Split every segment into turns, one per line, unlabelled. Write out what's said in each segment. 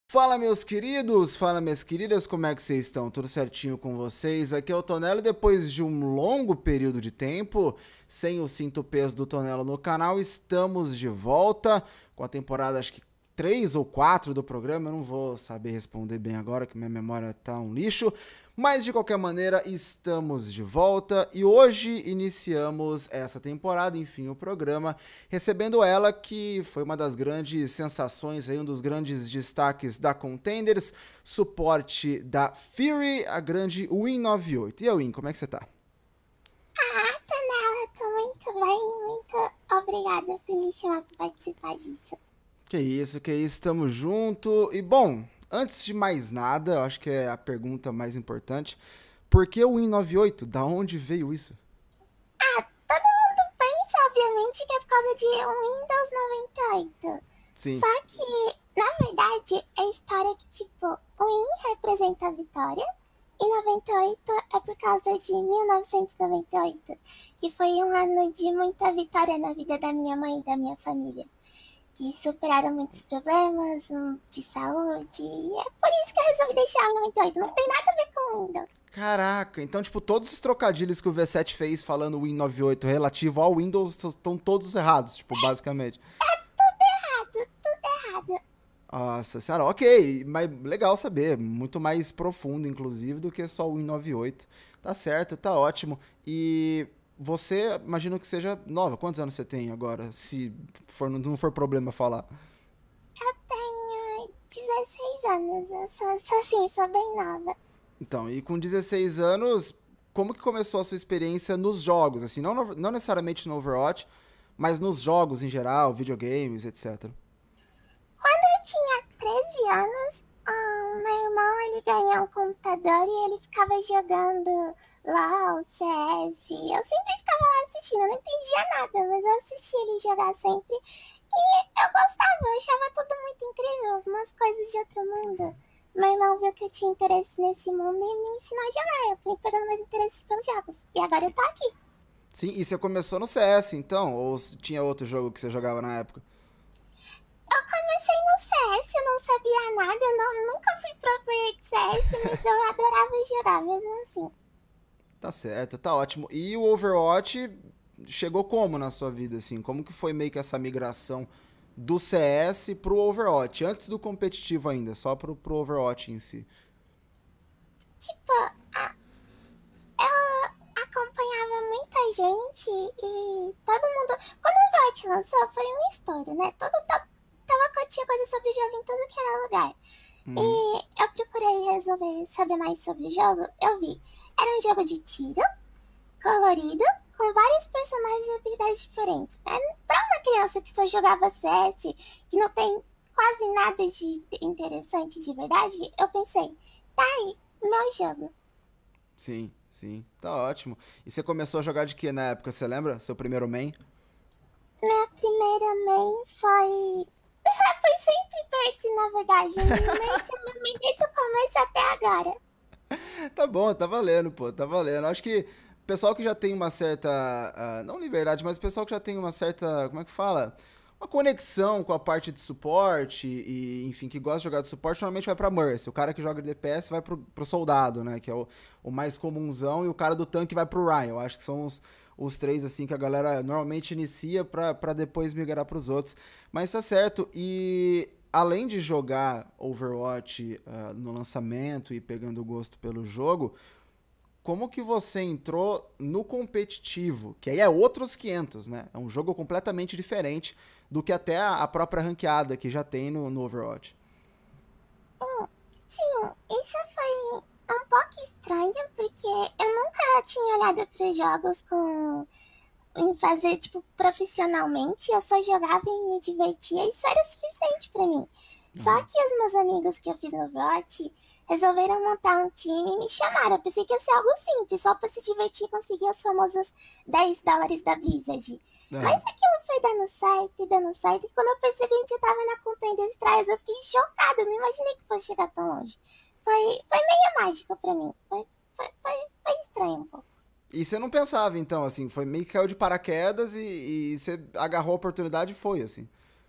Fala meus queridos, fala minhas queridas, como é que vocês estão? Tudo certinho com vocês? Aqui é o Tonelo e depois de um longo período de tempo, sem o Sinto Peso do Tonelo no canal, estamos de volta com a temporada acho que 3 ou 4 do programa, eu não vou saber responder bem agora que minha memória tá um lixo, mas de qualquer maneira estamos de volta e hoje iniciamos essa temporada, enfim, o programa, recebendo ela que foi uma das grandes sensações, aí, um dos grandes destaques da Contenders, suporte da Fury, a grande Win98. E aí, Win, como é que você tá?
Tonela, tô muito bem, muito obrigada por me chamar para participar disso.
Que isso, tamo junto. E bom, antes de mais nada, eu acho que é a pergunta mais importante, por que o Win98? Da onde veio isso?
Todo mundo pensa, obviamente, que é por causa de Windows 98.
Sim.
Só que, na verdade, é a história que, tipo, o Win representa a vitória e 98 é por causa de 1998, que foi um ano de muita vitória na vida da minha mãe e da minha família, que superaram muitos problemas de saúde, e é por isso que eu resolvi deixar o 98. Não tem nada a ver com o Windows.
Caraca, então, tipo, todos os trocadilhos que o V7 fez falando Win98 relativo ao Windows estão todos errados, tipo, basicamente.
Tudo errado.
Nossa senhora, ok, mas legal saber, muito mais profundo, inclusive, do que só o Win98. Tá certo, tá ótimo. E você, imagino que seja nova, quantos anos você tem agora, se não for problema falar?
Eu tenho 16 anos, eu sou assim, sou bem nova.
Então, e com 16 anos, como que começou a sua experiência nos jogos? Assim, não necessariamente no Overwatch, mas nos jogos em geral, videogames, etc.
Quando eu tinha 13 anos, meu irmão ele ganhou um computador e ele ficava jogando LOL, CS. Eu sempre ficava lá assistindo, eu não entendia nada, mas eu assistia ele jogar sempre. E eu gostava, eu achava tudo muito incrível, umas coisas de outro mundo. Meu irmão viu que eu tinha interesse nesse mundo e me ensinou a jogar. Eu fui pegando meus interesses pelos jogos. E agora eu tô aqui.
Sim, e você começou no CS, então? Ou tinha outro jogo que você jogava na época?
Eu comecei no CS, eu não sabia nada, eu nunca fui pro player de CS, mas eu adorava jogar mesmo assim.
Tá certo, tá ótimo. E o Overwatch chegou como na sua vida, assim? Como que foi meio que essa migração do CS pro Overwatch? Antes do competitivo ainda, só pro Overwatch em si.
Tipo, eu acompanhava muita gente e todo mundo. Quando o Overwatch lançou, foi um estouro, né? Tinha coisa sobre o jogo em tudo que era lugar.
Uhum.
E eu procurei resolver saber mais sobre o jogo. Eu vi. Era um jogo de tiro, colorido, com vários personagens e habilidades diferentes. Pra uma criança que só jogava CS, que não tem quase nada de interessante de verdade, eu pensei, tá aí, meu jogo.
Sim, sim, tá ótimo. E você começou a jogar de que na época, você lembra? Seu primeiro main?
Minha primeira main foi. Foi sempre Percy, na verdade. Desde o começo até agora.
Tá bom, tá valendo, pô, tá valendo. Acho que o pessoal que já tem uma certa, não liberdade, mas o pessoal que já tem uma certa, como é que fala? Uma conexão com a parte de suporte e, enfim, que gosta de jogar de suporte, normalmente vai pra Mercy. O cara que joga de DPS vai pro soldado, né, que é o mais comunzão, e o cara do tanque vai pro Ryan. Eu acho que são os três, assim, que a galera normalmente inicia pra depois migrar pros outros. Mas tá certo, e além de jogar Overwatch no lançamento e pegando gosto pelo jogo, como que você entrou no competitivo? Que aí é outros 500, né? É um jogo completamente diferente do que até a própria ranqueada que já tem no Overwatch.
Sim, isso foi um pouco estranho, porque eu nunca tinha olhado para jogos em fazer, tipo, profissionalmente. Eu só jogava e me divertia, e isso era suficiente para mim. Só
Uhum.
que os meus amigos que eu fiz no Overwatch resolveram montar um time e me chamaram. Eu pensei que ia ser algo simples, só pra se divertir e conseguir os famosos $10 da Blizzard. Mas
Uhum.
aquilo foi dando certo e dando certo. E quando eu percebi que eu tava na Contenders Trials, eu fiquei chocada. Eu não imaginei que fosse chegar tão longe. Foi meio mágico pra mim. Foi estranho um pouco.
E você não pensava, então, assim, foi meio que caiu de paraquedas e você agarrou a oportunidade e foi, assim.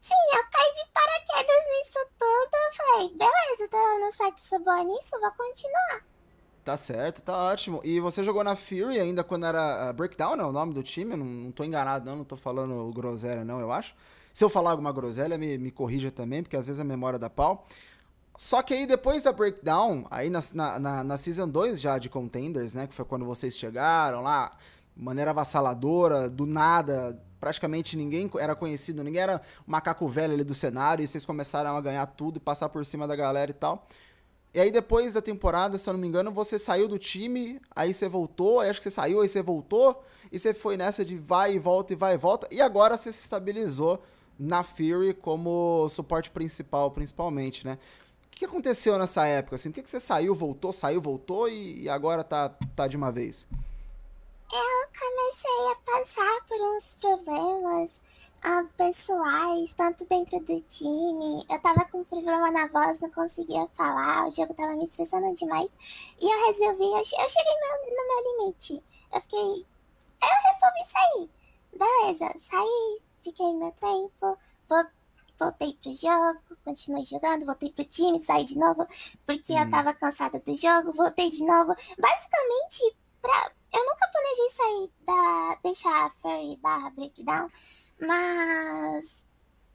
Sim, eu caí de paraquedas nisso tudo. Eu falei, beleza, tô dando certo, sou boa nisso, vou continuar.
Tá certo, tá ótimo. E você jogou na Fury ainda quando era Breakdown, é o nome do time? Não tô enganado, não tô falando groselha, não, eu acho. Se eu falar alguma groselha, me corrija também, porque às vezes a memória dá pau. Só que aí depois da Breakdown, aí na Season 2 já de Contenders, né, que foi quando vocês chegaram lá, maneira avassaladora, do nada, praticamente ninguém era conhecido, ninguém era o macaco velho ali do cenário, e vocês começaram a ganhar tudo e passar por cima da galera e tal. E aí depois da temporada, se eu não me engano, você saiu do time, aí você voltou, aí acho que você saiu, aí você voltou, e você foi nessa de vai e volta e vai e volta, e agora você se estabilizou na Fury como suporte principal, principalmente, né? O que aconteceu nessa época, assim? Por que você saiu, voltou e agora tá de uma vez?
Eu comecei a passar por uns problemas pessoais, tanto dentro do time. Eu tava com um problema na voz, não conseguia falar, o jogo tava me estressando demais. E eu resolvi, eu cheguei no meu limite. Eu fiquei, eu resolvi sair. Beleza, saí, fiquei meu tempo, voltei pro jogo, continuei jogando, voltei pro time, saí de novo, porque eu
Hum,
tava cansada do jogo, voltei de novo. Basicamente, eu nunca planejei sair deixar a Furry barra Breakdown, mas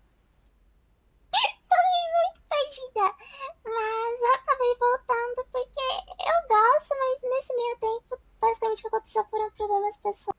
tô muito perdida. Mas eu acabei voltando porque eu gosto, mas nesse meio tempo, basicamente o que aconteceu foram problemas pessoais.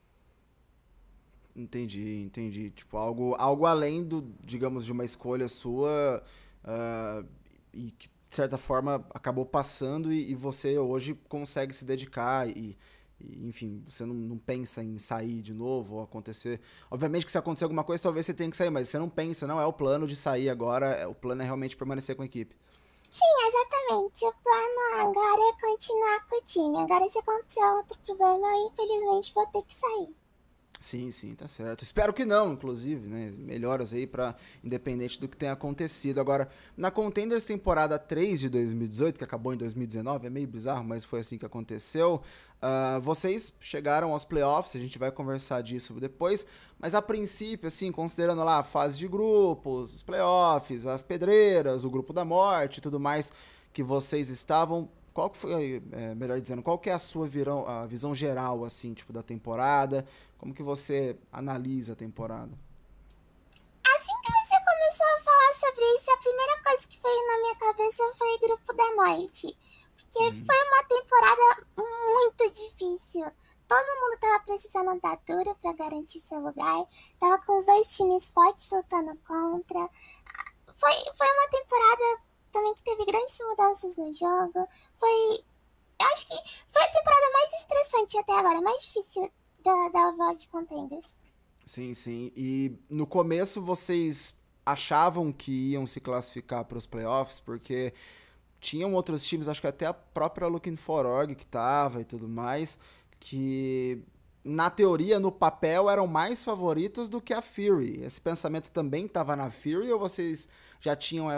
entendi. Tipo, algo além digamos, de uma escolha sua, ah, e que, de certa forma, acabou passando e você hoje consegue se dedicar enfim, você não pensa em sair de novo ou acontecer. Obviamente que se acontecer alguma coisa, talvez você tenha que sair, mas você não pensa, não é o plano de sair agora, o plano é realmente permanecer com a equipe.
Sim, exatamente. O plano agora é continuar com o time. Agora, se acontecer outro problema, eu infelizmente vou ter que sair.
Sim, tá certo. Espero que não, inclusive, né? Melhoras aí para independente do que tenha acontecido. Agora, na Contenders temporada 3 de 2018, que acabou em 2019, é meio bizarro, mas foi assim que aconteceu. Vocês chegaram aos playoffs, a gente vai conversar disso depois, mas a princípio, assim, considerando lá a fase de grupos, os playoffs, as pedreiras, o grupo da morte e tudo mais que vocês estavam, qual que foi, melhor dizendo, qual que é a visão geral, assim, tipo, da temporada? Como que você analisa a temporada?
Assim que você começou a falar sobre isso, a primeira coisa que veio na minha cabeça foi Grupo da Morte. Porque
Uhum.
foi uma temporada muito difícil. Todo mundo tava precisando dar duro pra garantir seu lugar. Tava com os dois times fortes lutando contra. Foi uma temporada também que teve grandes mudanças no jogo. Eu acho que foi a temporada mais estressante até agora, mais difícil da Overwatch Contenders.
Sim. E no começo vocês achavam que iam se classificar para os playoffs, porque tinham outros times, acho que até a própria Looking for Org que tava e tudo mais, que na teoria, no papel, eram mais favoritos do que a Fury. Esse pensamento também estava na Fury ou vocês já tinham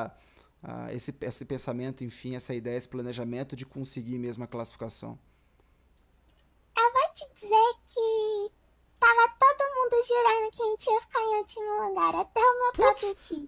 esse pensamento, enfim, essa ideia, esse planejamento de conseguir mesmo a classificação?
Eu vou te dizer que tava todo mundo jurando que a gente ia ficar em último lugar, até o meu próprio
Putz,
time.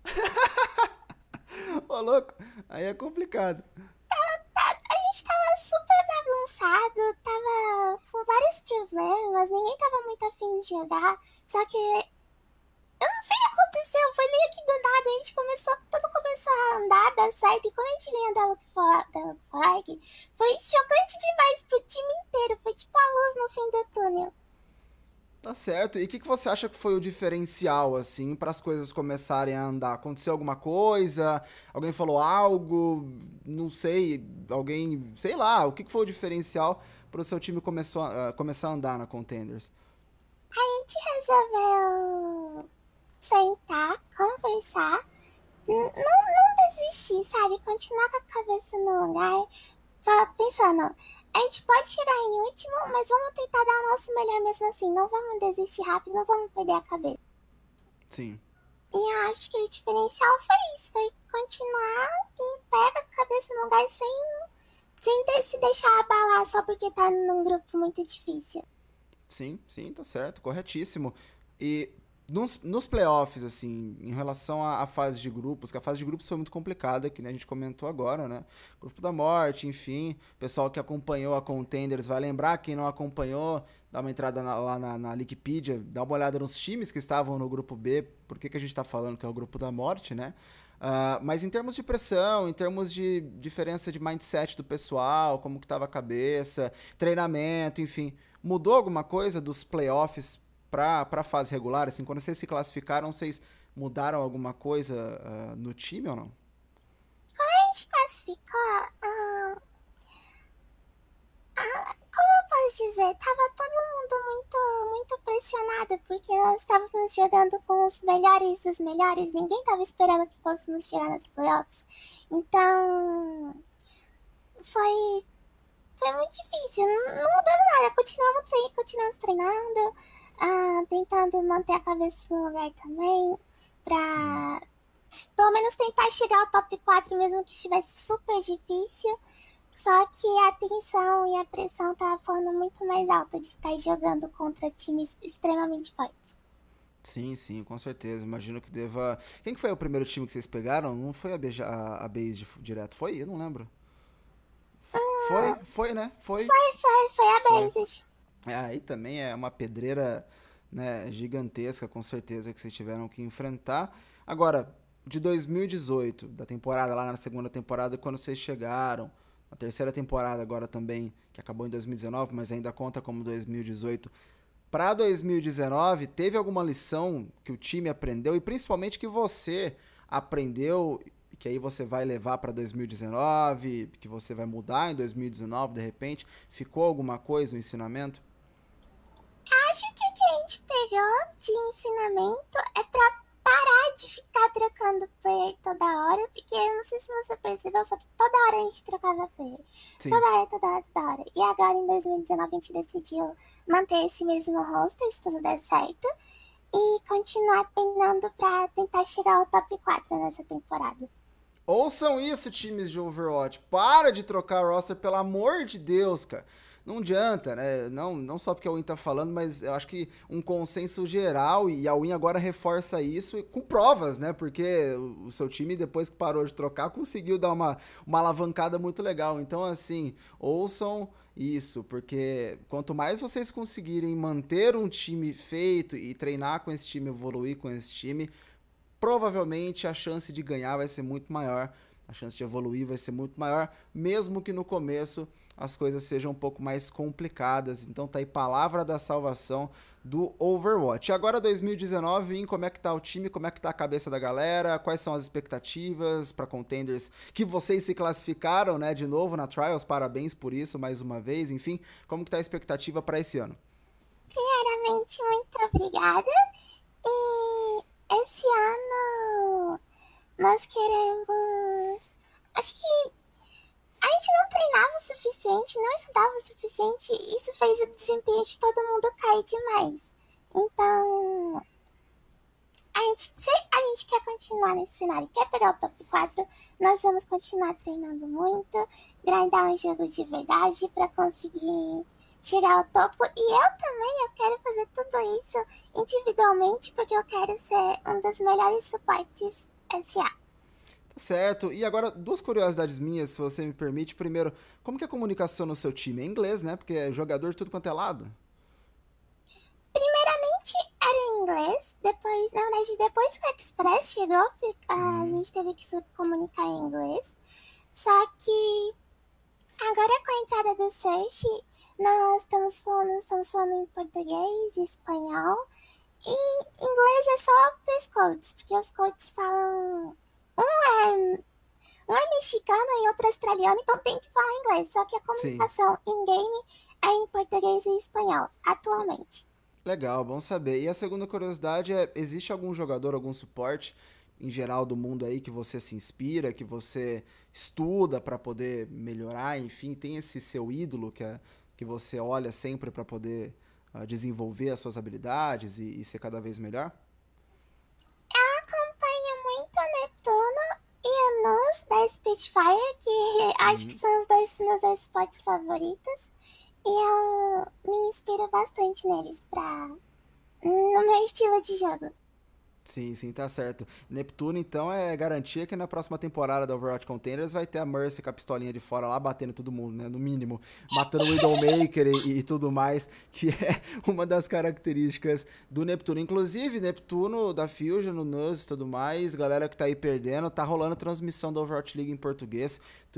ô louco, aí é complicado.
A gente tava super bagunçado, tava com vários problemas, ninguém tava muito afim de jogar. Só que eu não sei o que aconteceu, foi meio que do nada, tudo começou a andar, dar certo. E quando a gente ganhou da Look Flag, foi chocante demais pro time inteiro, foi tipo a luz no fim do túnel.
Tá certo. E o que você acha que foi o diferencial, assim, para as coisas começarem a andar? Aconteceu alguma coisa? Alguém falou algo? Não sei. Alguém. Sei lá. O que foi o diferencial para o seu time começar a andar na Contenders?
A gente resolveu sentar, conversar, não desistir, sabe? Continuar com a cabeça no lugar, pensando, a gente pode chegar em último, mas vamos tentar dar o nosso melhor mesmo assim. Não vamos desistir rápido, não vamos perder a cabeça.
Sim.
E eu acho que o diferencial foi isso, foi continuar em pé com a cabeça no lugar sem se deixar abalar só porque tá num grupo muito difícil.
Sim, tá certo. Corretíssimo. E nos playoffs, assim, em relação à fase de grupos, que a fase de grupos foi muito complicada, que né, a gente comentou agora, né? Grupo da morte, enfim. Pessoal que acompanhou a Contenders vai lembrar, quem não acompanhou, dá uma entrada lá na Wikipedia, dá uma olhada nos times que estavam no grupo B, por que a gente tá falando que é o grupo da morte, né? Mas em termos de pressão, em termos de diferença de mindset do pessoal, como que tava a cabeça, treinamento, enfim, mudou alguma coisa dos playoffs para a fase regular? Assim, quando vocês se classificaram, vocês mudaram alguma coisa no time ou não?
Quando a gente classificou, como eu posso dizer, tava todo mundo muito pressionado, porque nós estávamos jogando com os melhores dos melhores, ninguém estava esperando que fôssemos chegar nos playoffs. Então, foi, foi muito difícil, não mudamos nada, continuamos treinando, tentando manter a cabeça no lugar também, pra pelo menos tentar chegar ao top 4, mesmo que estivesse super difícil. Só que a tensão e a pressão tava falando muito mais alta de estar jogando contra times extremamente fortes.
Sim, sim, com certeza. Imagino que deva. Quem que foi o primeiro time que vocês pegaram? Não foi a base direto? Foi? Eu não lembro. Foi, né?
Foi a
Foi.
Basis.
Aí também é uma pedreira, né, gigantesca, com certeza, que vocês tiveram que enfrentar. Agora, de 2018, da temporada lá na segunda temporada, quando vocês chegaram, a terceira temporada agora também, que acabou em 2019, mas ainda conta como 2018. Para 2019, teve alguma lição que o time aprendeu e principalmente que você aprendeu e que aí você vai levar para 2019, que você vai mudar em 2019 de repente? Ficou alguma coisa, um ensinamento?
Acho que o que a gente pegou de ensinamento é pra parar de ficar trocando player toda hora, porque eu não sei se você percebeu, só que toda hora a gente trocava player.
Sim.
Toda hora. E agora em 2019 a gente decidiu manter esse mesmo roster, se tudo der certo, e continuar treinando pra tentar chegar ao top 4 nessa temporada.
Ouçam isso, times de Overwatch. Para de trocar roster, pelo amor de Deus, cara. Não adianta, né? Não só porque a Win tá falando, mas eu acho que um consenso geral, e a Win agora reforça isso com provas, né? Porque o seu time, depois que parou de trocar, conseguiu dar uma alavancada muito legal. Então, assim, ouçam isso, porque quanto mais vocês conseguirem manter um time feito e treinar com esse time, evoluir com esse time, provavelmente a chance de ganhar vai ser muito maior, a chance de evoluir vai ser muito maior, mesmo que no começo as coisas sejam um pouco mais complicadas. Então tá aí palavra da salvação do Overwatch. E agora 2019, hein? Como é que tá o time, como é que tá a cabeça da galera, quais são as expectativas para Contenders que vocês se classificaram, né, de novo na Trials, parabéns por isso mais uma vez, enfim, como que tá a expectativa para esse ano?
Primeiramente, muito obrigada. E esse ano nós queremos. Acho que a gente não treinava o suficiente, não estudava o suficiente, e isso fez o desempenho de todo mundo cair demais. Então, se a gente quer continuar nesse cenário, quer pegar o top 4, nós vamos continuar treinando muito, grindar um jogo de verdade para conseguir chegar ao topo. E eu também, eu quero fazer tudo isso individualmente, porque eu quero ser um dos melhores suportes SA.
Tá certo. E agora, duas curiosidades minhas, se você me permite. Primeiro, como que é a comunicação no seu time? É inglês, né? Porque é jogador de tudo quanto é lado.
Primeiramente era em inglês, depois, na verdade, depois que o Express chegou, a gente teve que se comunicar em inglês. Só que agora com a entrada do Search, nós estamos falando em português, espanhol, e inglês é só para os codes, porque os codes falam. Um é mexicano e outro é australiano, então tem que falar inglês. Só que a
Sim.
comunicação in-game é em português e espanhol, atualmente.
Legal, bom saber. E a segunda curiosidade é, existe algum jogador, algum suporte em geral do mundo aí que você se inspira, que você estuda para poder melhorar, enfim, tem esse seu ídolo que você olha sempre para poder desenvolver as suas habilidades e ser cada vez melhor?
Eu acompanho muito a Neptuno e a Nuz da Spitfire, que acho que são meus dois esportes favoritos. E eu me inspiro bastante neles no meu estilo de jogo.
Sim, sim, tá certo. Neptuno, então, é garantia que na próxima temporada da Overwatch Contenders vai ter a Mercy com a pistolinha de fora lá, batendo todo mundo, né? No mínimo. Matando o Widowmaker e tudo mais, que é uma das características do Neptuno. Inclusive, Neptuno da Fusion, no NUS e tudo mais, galera que tá aí perdendo, tá rolando transmissão da Overwatch League em português,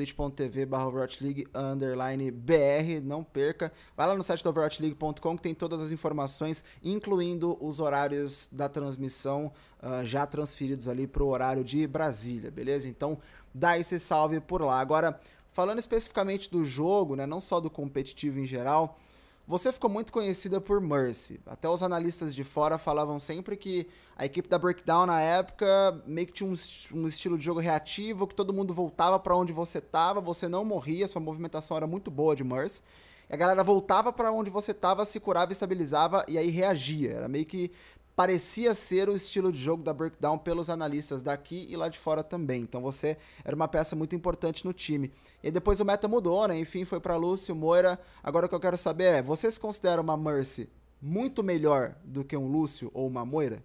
twitch.tv/OverwatchLeague_BR, não perca. Vai lá no site da OverwatchLeague.com que tem todas as informações, incluindo os horários da transmissão já transferidos ali pro horário de Brasília, beleza? Então, dá esse salve por lá. Agora, falando especificamente do jogo, né, não só do competitivo em geral, você ficou muito conhecida por Mercy. Até os analistas de fora falavam sempre que a equipe da Breakdown na época meio que tinha um estilo de jogo reativo, que todo mundo voltava para onde você tava, você não morria, sua movimentação era muito boa de Mercy. E a galera voltava para onde você tava, se curava, estabilizava e aí reagia. Era meio que parecia ser o estilo de jogo da Breakdown pelos analistas daqui e lá de fora também. Então você era uma peça muito importante no time. E depois o meta mudou, né? Enfim, foi para Lúcio, Moira. Agora o que eu quero saber é, você se considera uma Mercy muito melhor do que um Lúcio ou uma Moira?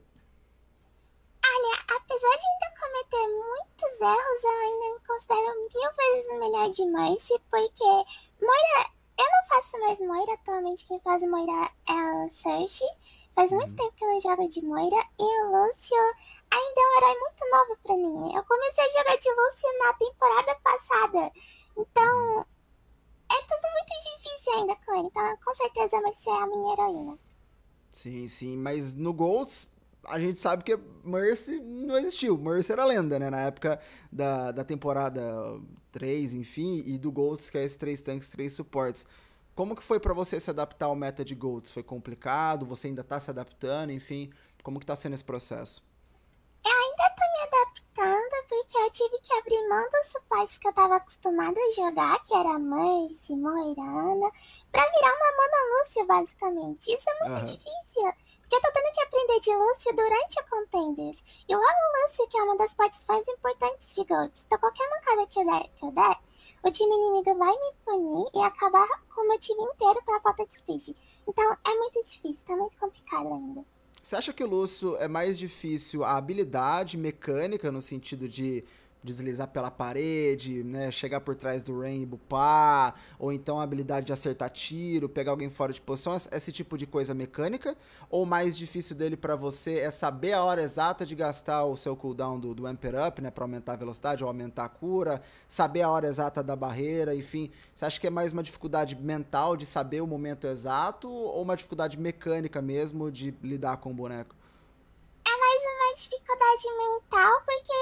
Olha, apesar de ainda cometer muitos erros, eu ainda me considero 1000 vezes melhor de Mercy, porque Moira, eu não faço mais Moira, atualmente quem faz Moira é o Search. Faz muito tempo que eu não jogo de Moira, e o Lúcio ainda é um herói muito novo pra mim. Eu comecei a jogar de Lúcio na temporada passada, então é tudo muito difícil ainda com ele, então com certeza a Mercy é a minha heroína.
Sim, sim, mas no Golds a gente sabe que Mercy não existiu. Mercy era lenda, né? Na época da temporada 3, enfim, e do Golds, que é esses 3 tanques, 3 suportes. Como que foi pra você se adaptar ao meta de Golds? Foi complicado? Você ainda tá se adaptando? Enfim, como que tá sendo esse processo?
Eu ainda tô me adaptando porque eu tive que abrir mão dos suportes que eu tava acostumada a jogar, que era Mercy, Moira, Ana, pra virar uma Mana Lúcio, basicamente. Isso é muito
Aham.
difícil, porque eu tô tendo que aprender de Lúcio durante a Contenders. E logo o Lúcio, que é uma das partes mais importantes de Golds. Então qualquer mancada que eu der, o time inimigo vai me punir e acabar com o meu time inteiro pela falta de speed. Então é muito difícil, tá muito complicado ainda.
Você acha que o Lúcio é mais difícil a habilidade mecânica, no sentido de deslizar pela parede, né, chegar por trás do Rain e bupar, ou então a habilidade de acertar tiro, pegar alguém fora de posição, esse tipo de coisa mecânica? Ou o mais difícil dele pra você é saber a hora exata de gastar o seu cooldown do Amper Up, né, pra aumentar a velocidade ou aumentar a cura, saber a hora exata da barreira, enfim. Você acha que é mais uma dificuldade mental de saber o momento exato ou uma dificuldade mecânica mesmo de lidar com o boneco?
É mais uma dificuldade mental, porque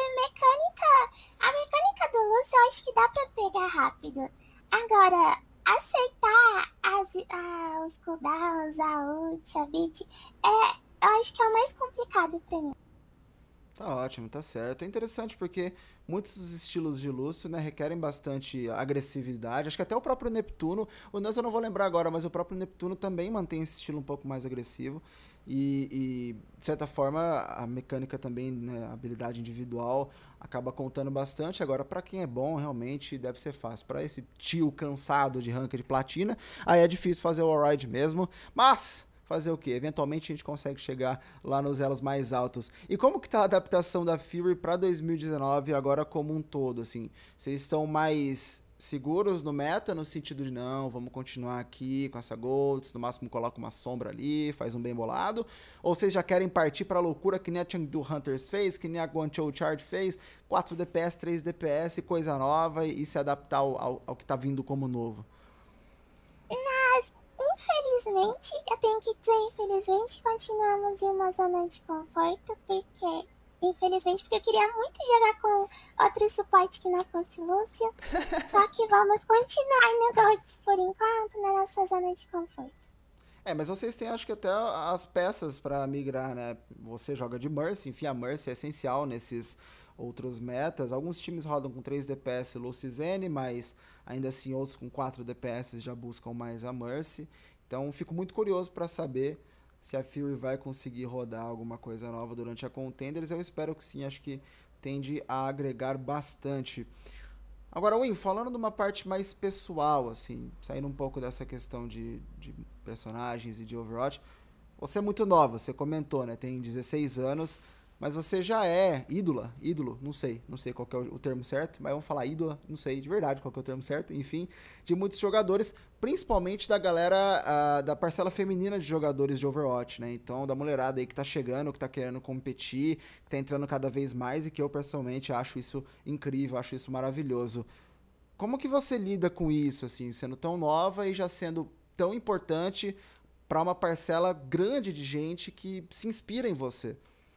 a mecânica do Lúcio eu acho que dá pra pegar rápido. Agora, acertar os cooldowns, a ult, a beat, eu acho que é o mais complicado pra mim.
Tá ótimo, tá certo. É interessante porque muitos dos estilos de Lúcio, né, requerem bastante agressividade. Acho que até o próprio Neptuno, o Nans eu não vou lembrar agora, mas o próprio Neptuno também mantém esse estilo um pouco mais agressivo. De certa forma, a mecânica também, né, a habilidade individual acaba contando bastante. Agora, pra quem é bom, realmente deve ser fácil. Pra esse tio cansado de rank de platina, aí é difícil fazer o all-ride mesmo. Mas fazer o quê? Eventualmente a gente consegue chegar lá nos elos mais altos. E como que tá a adaptação da Fury para 2019 agora como um todo, assim? Vocês estão mais seguros no meta, no sentido de não, vamos continuar aqui com essa Golds, no máximo coloca uma sombra ali, faz um bem bolado, ou vocês já querem partir pra loucura que nem a Chengdu Hunters fez, que nem a Guangzhou Charge fez, 4 DPS, 3 DPS, coisa nova e se adaptar ao que tá vindo como novo?
Mas, infelizmente, eu tenho que dizer infelizmente, continuamos em uma zona de conforto, porque... Infelizmente, porque eu queria muito jogar com outro suporte que não fosse Lúcio. Só que vamos continuar no Golds por enquanto, na nossa zona de conforto.
É, mas vocês têm, acho que até as peças pra migrar, né? Você joga de Mercy, enfim, a Mercy é essencial nesses outros metas. Alguns times rodam com 3 DPS Lucy Zen, mas ainda assim outros com 4 DPS já buscam mais a Mercy. Então, fico muito curioso pra saber se a Fury vai conseguir rodar alguma coisa nova durante a Contenders. Eu espero que sim, acho que tende a agregar bastante. Agora, Win, falando de uma parte mais pessoal, assim, saindo um pouco dessa questão de personagens e de Overwatch, você é muito nova, você comentou, né? Tem 16 anos, mas você já é ídolo, não sei qual que é o termo certo, mas vamos falar ídola, não sei de verdade qual que é o termo certo, enfim, de muitos jogadores, principalmente da galera, da parcela feminina de jogadores de Overwatch, né? Então, da mulherada aí que tá chegando, que tá querendo competir, que tá entrando cada vez mais e que eu pessoalmente acho isso incrível, acho isso maravilhoso. Como que você lida com isso, assim, sendo tão nova e já sendo tão importante para uma parcela grande de gente que se inspira em você?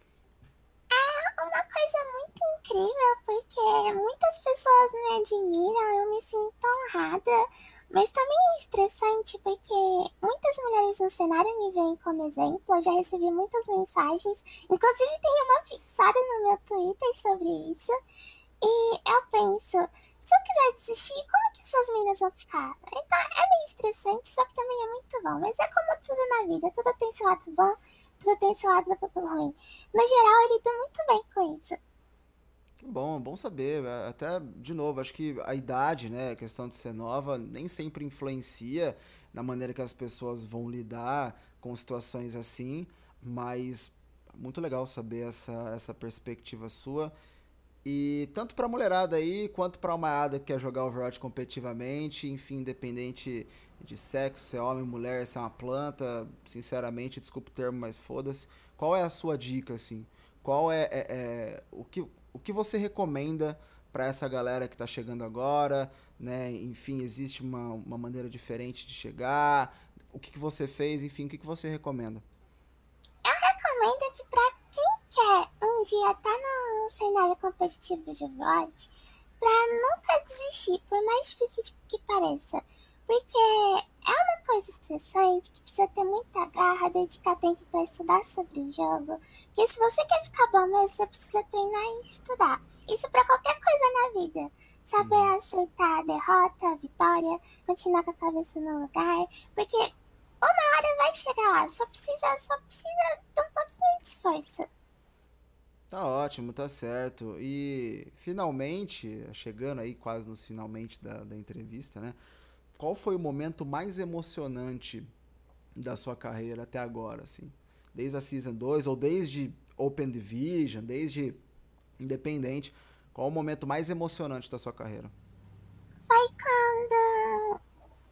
Uma coisa muito incrível, porque muitas pessoas me admiram, eu me sinto honrada, mas também é estressante, porque muitas mulheres no cenário me veem como exemplo, eu já recebi muitas mensagens, inclusive tem uma fixada no meu Twitter sobre isso, e eu penso, se eu quiser desistir, como que essas meninas vão ficar? Então é meio estressante, só que também é muito bom. Mas é como tudo na vida, tudo tem seu lado bom, tudo tem seu lado ruim. No geral, eu lido muito bem com isso.
Que bom, bom saber. Até, de novo, acho que a idade, né, a questão de ser nova, nem sempre influencia na maneira que as pessoas vão lidar com situações assim, mas muito legal saber essa perspectiva sua. E tanto pra mulherada aí, quanto pra malhada que quer jogar Overwatch competitivamente, enfim, independente de sexo, se é homem, mulher, se é uma planta, sinceramente, desculpa o termo, mas foda-se. Qual é a sua dica, assim? Qual o que você recomenda pra essa galera que tá chegando agora, né? Enfim, existe uma maneira diferente de chegar? O que você fez? Enfim, o que você recomenda?
Eu recomendo que pra quem quer um dia estar no cenário competitivo de Overwatch, pra nunca desistir, por mais difícil que pareça. Porque é uma coisa estressante que precisa ter muita garra, dedicar tempo pra estudar sobre o jogo. Porque se você quer ficar bom mesmo, você precisa treinar e estudar. Isso pra qualquer coisa na vida.
Uhum.
Saber aceitar a derrota, a vitória, continuar com a cabeça no lugar. Porque uma hora vai chegar lá, só precisa de um pouquinho de esforço.
Tá ótimo, tá certo. E finalmente, chegando aí quase nos finalmente da entrevista, né? Qual foi o momento mais emocionante da sua carreira até agora, assim? Desde a Season 2 ou desde Open Division, desde Independente, qual o momento mais emocionante da sua carreira?
Foi quando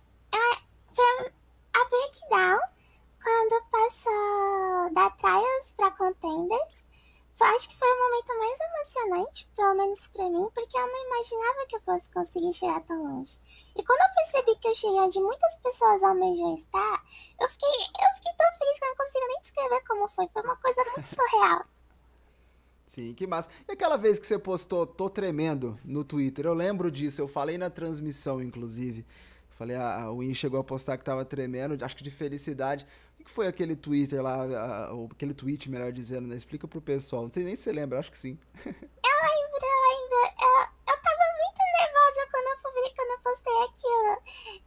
foi a breakdown, quando passou da Trials pra Contenders. Acho que foi o momento mais emocionante, pelo menos pra mim, porque eu não imaginava que eu fosse conseguir chegar tão longe. E quando eu percebi que eu cheguei onde muitas pessoas almejam estar, eu fiquei tão feliz que eu não consigo nem descrever como foi. Foi uma coisa muito surreal.
Sim, que massa. E aquela vez que você postou "tô tremendo" no Twitter, eu lembro disso, eu falei na transmissão, inclusive. Falei, o Win chegou a postar que tava tremendo, acho que de felicidade. O que foi aquele Twitter lá, ou aquele tweet, melhor dizendo, né? Explica pro pessoal. Não sei nem se você lembra, acho que sim.
Eu lembro. Eu tava muito nervosa quando eu postei aquilo.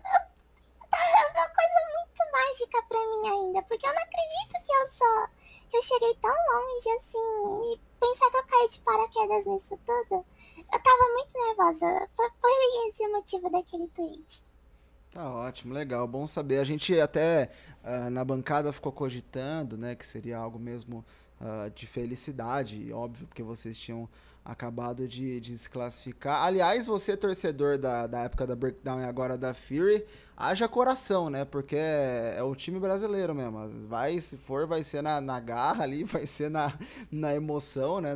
É uma coisa muito mágica pra mim ainda, porque eu não acredito que eu cheguei tão longe assim, e pensar que eu caí de paraquedas nisso tudo. Eu tava muito nervosa, foi esse o motivo daquele tweet.
Tá ótimo, legal, bom saber. A gente até na bancada ficou cogitando, né, que seria algo mesmo de felicidade, óbvio, porque vocês tinham acabado de se classificar. Aliás, você, torcedor da época da Breakdown e agora da Fury, haja coração, né, porque é o time brasileiro mesmo. Vai, se for, vai ser na garra ali, vai ser na emoção, né,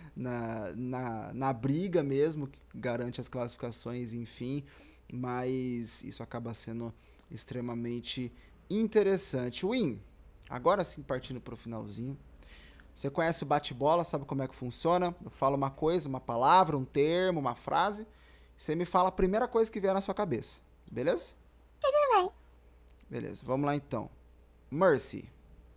na briga mesmo, que garante as classificações, enfim, mas isso acaba sendo extremamente interessante. Win, agora sim partindo para o finalzinho. Você conhece o bate-bola, sabe como é que funciona? Eu falo uma coisa, uma palavra, um termo, uma frase. Você me fala a primeira coisa que vier na sua cabeça. Beleza?
Tudo bem.
Beleza, vamos lá então. Mercy.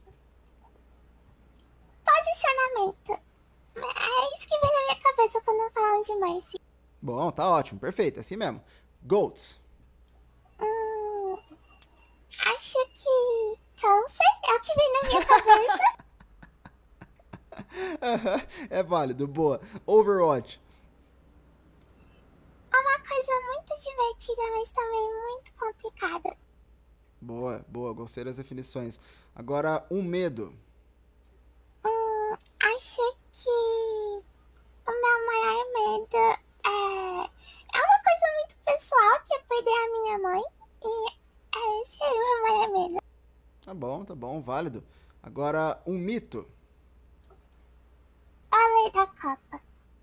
Posicionamento. É isso que vem na minha cabeça quando falam de Mercy.
Bom, tá ótimo, perfeito, assim mesmo. Goats.
Hum, acho que câncer é o que vem na minha cabeça.
É válido, boa. Overwatch.
É uma coisa muito divertida, mas também muito complicada.
Boa, boa, gostei das definições. Agora, um medo.
Acho medo é uma coisa muito pessoal, que é perder a minha mãe. E esse é o meu maior medo.
Tá bom, válido. Agora, um mito.
A lei da Copa.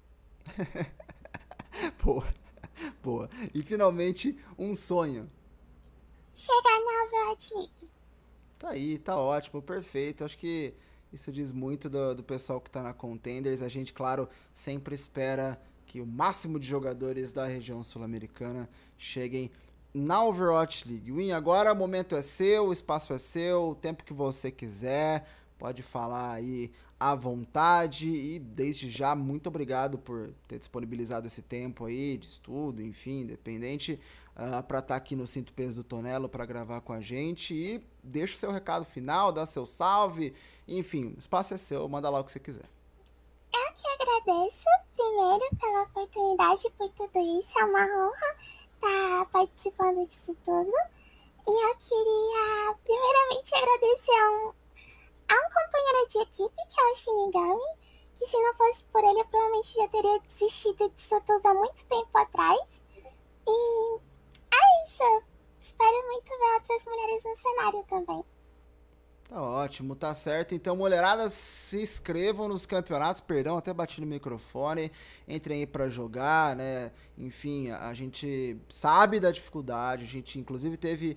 Boa, boa. E finalmente, um sonho.
Chegar na Overwatch League.
Tá aí, tá ótimo, perfeito. Acho que isso diz muito do pessoal que tá na Contenders. A gente, claro, sempre espera que o máximo de jogadores da região sul-americana cheguem na Overwatch League. Win, agora o momento é seu, o espaço é seu, o tempo que você quiser. Pode falar aí à vontade e desde já muito obrigado por ter disponibilizado esse tempo aí de estudo, enfim, independente, para estar aqui no Cinto Peso do Tonelo para gravar com a gente e deixa o seu recado final, dá seu salve, enfim, o espaço é seu, manda lá o que você quiser.
Eu que agradeço, primeiro, pela oportunidade, por tudo isso, é uma honra estar participando disso tudo. E eu queria, primeiramente, agradecer a um companheiro de equipe, que é o Shinigami, que se não fosse por ele, eu provavelmente já teria desistido disso tudo há muito tempo atrás. E é isso, espero muito ver outras mulheres no cenário também.
Tá ótimo, tá certo. Então, mulherada, se inscrevam nos campeonatos. Perdão, até bati no microfone. Entrem aí pra jogar, né? Enfim, a gente sabe da dificuldade. A gente, inclusive, teve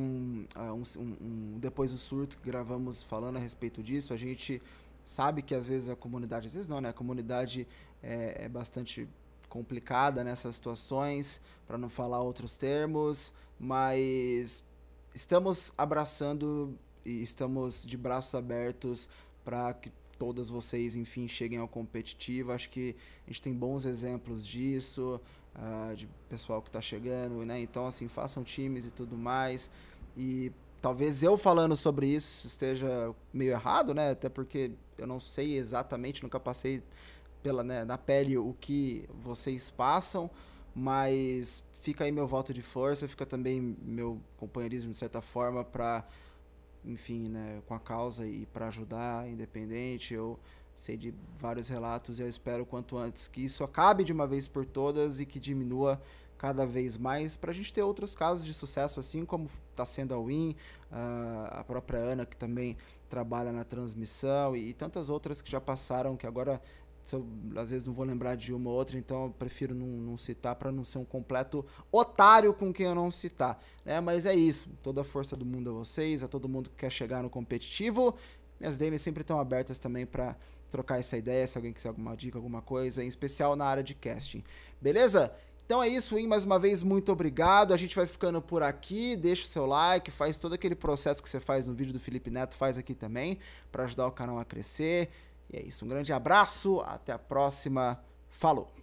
depois do surto que gravamos falando a respeito disso. A gente sabe que às vezes a comunidade, às vezes não, né? A comunidade é bastante complicada nessas situações, para não falar outros termos, mas estamos abraçando e estamos de braços abertos para que todas vocês, enfim, cheguem ao competitivo. Acho que a gente tem bons exemplos disso, de pessoal que está chegando, né? Então, assim, façam times e tudo mais. E talvez eu falando sobre isso esteja meio errado, né? Até porque eu não sei exatamente, nunca passei na pele o que vocês passam, mas fica aí meu voto de força, fica também meu companheirismo, de certa forma, para, enfim, né, com a causa e para ajudar, independente. Eu sei de vários relatos e eu espero quanto antes que isso acabe de uma vez por todas e que diminua cada vez mais, para a gente ter outros casos de sucesso, assim como está sendo a Win, a própria Ana, que também trabalha na transmissão, e tantas outras que já passaram, que agora eu, às vezes não vou lembrar de uma ou outra, então eu prefiro não citar para não ser um completo otário com quem eu não citar, né? Mas é isso, toda a força do mundo a vocês, a todo mundo que quer chegar no competitivo. Minhas DMs sempre estão abertas também para trocar essa ideia, se alguém quiser alguma dica, alguma coisa, em especial na área de casting, beleza? Então é isso, Win, mais uma vez, muito obrigado. A gente vai ficando por aqui, deixa o seu like, faz todo aquele processo que você faz no vídeo do Felipe Neto, faz aqui também, para ajudar o canal a crescer. E é isso, um grande abraço, até a próxima, falou!